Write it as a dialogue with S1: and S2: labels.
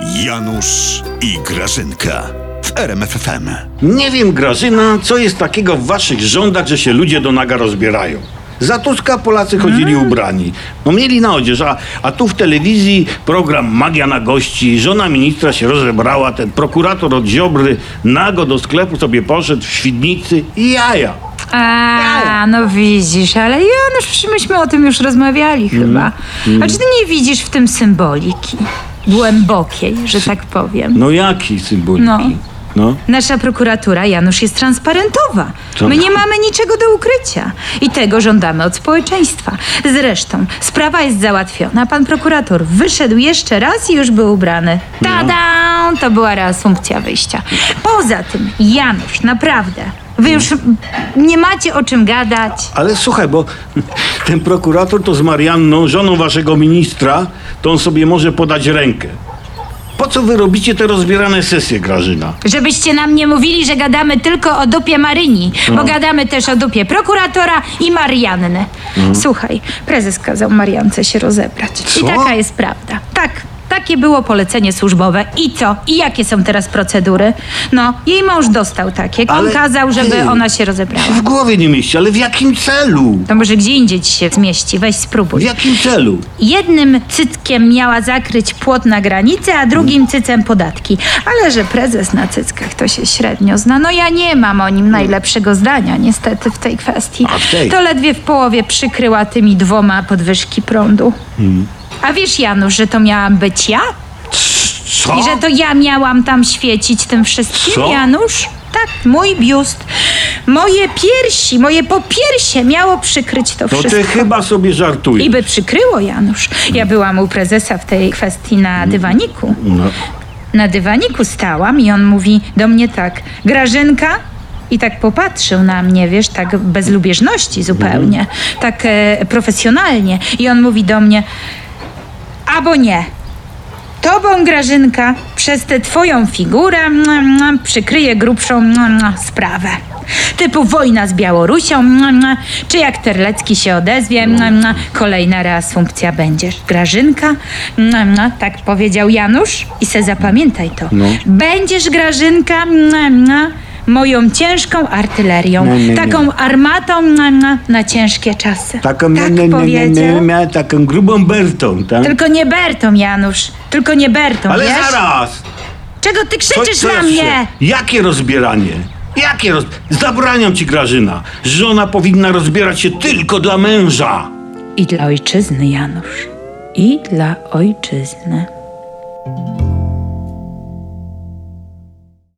S1: Janusz i Grażynka w RMF FM.
S2: Nie wiem, Grażyna, co jest takiego w waszych rządach, że się ludzie do naga rozbierają. Za Tuska Polacy chodzili ubrani. No mieli na odzież, a tu w telewizji program Magia na gości. Żona ministra się rozebrała, ten prokurator od Ziobry nago do sklepu sobie poszedł w Świdnicy i jaja.
S3: No widzisz, ale Janusz, myśmy o tym już rozmawiali chyba. A czy ty nie widzisz w tym symboliki głębokiej, że tak powiem?
S2: No jaki symboliki? No.
S3: Nasza prokuratura, Janusz, jest transparentowa.
S2: Co?
S3: My nie mamy niczego do ukrycia. I tego żądamy od społeczeństwa. Zresztą sprawa jest załatwiona. Pan prokurator wyszedł jeszcze raz i już był ubrany. Tada! To była reasumpcja wyjścia. Poza tym, Janusz, naprawdę, wy już nie macie o czym gadać.
S2: Ale słuchaj, bo ten prokurator to z Marianną, żoną waszego ministra, to on sobie może podać rękę. Po co wy robicie te rozbierane sesje, Grażyna?
S3: Żebyście nam nie mówili, że gadamy tylko o dupie Maryni, bo gadamy też o dupie prokuratora i Marianny. Słuchaj, prezes kazał Mariance się rozebrać.
S2: Co?
S3: I taka jest prawda. Tak, takie było polecenie służbowe. I co? I jakie są teraz procedury? No, jej mąż dostał takie. On
S2: Ale
S3: kazał, żeby
S2: ty,
S3: ona się rozebrała.
S2: W głowie nie mieści, ale w jakim celu?
S3: To może gdzie indziej ci się zmieści. Weź spróbuj.
S2: W jakim celu?
S3: Jednym cyckiem miała zakryć płot na granicy, a drugim cycem podatki. Ale że prezes na cyckach to się średnio zna. No ja nie mam o nim najlepszego zdania niestety w tej kwestii.
S2: A w tej?
S3: To ledwie w połowie przykryła tymi 2 podwyżki prądu. A wiesz, Janusz, że to miałam być ja?
S2: Co?
S3: I że to ja miałam tam świecić tym wszystkim,
S2: Co?
S3: Janusz? Tak, mój biust, moje piersi, moje popiersie miało przykryć to
S2: To
S3: wszystko.
S2: ty chyba sobie żartujesz.
S3: I by przykryło, Janusz. Ja byłam u prezesa w tej kwestii na dywaniku.
S2: No.
S3: Na dywaniku stałam i on mówi do mnie tak: Grażynka? I tak popatrzył na mnie, wiesz, tak bez lubieżności zupełnie, tak profesjonalnie. I on mówi do mnie: albo nie. Tobą, Grażynka, przez tę twoją figurę przykryję grubszą sprawę. Typu wojna z Białorusią, czy jak Terlecki się odezwie, kolejna reasumpcja będziesz. Grażynka, tak powiedział Janusz i se zapamiętaj to.
S2: No.
S3: Będziesz, Grażynka, moją ciężką artylerią, taką armatą na ciężkie czasy.
S2: Taką
S3: tak powiedział.
S2: miała taką grubą Bertą, tak?
S3: Tylko nie Bertą, Janusz. Tylko nie Bertą,
S2: Ale
S3: wiesz?
S2: zaraz!
S3: Czego ty krzyczysz
S2: Co
S3: na
S2: jeszcze?
S3: mnie?
S2: Jakie rozbieranie? Zabraniam ci, Grażyna. Żona powinna rozbierać się tylko dla męża.
S3: I dla ojczyzny, Janusz. I dla ojczyzny.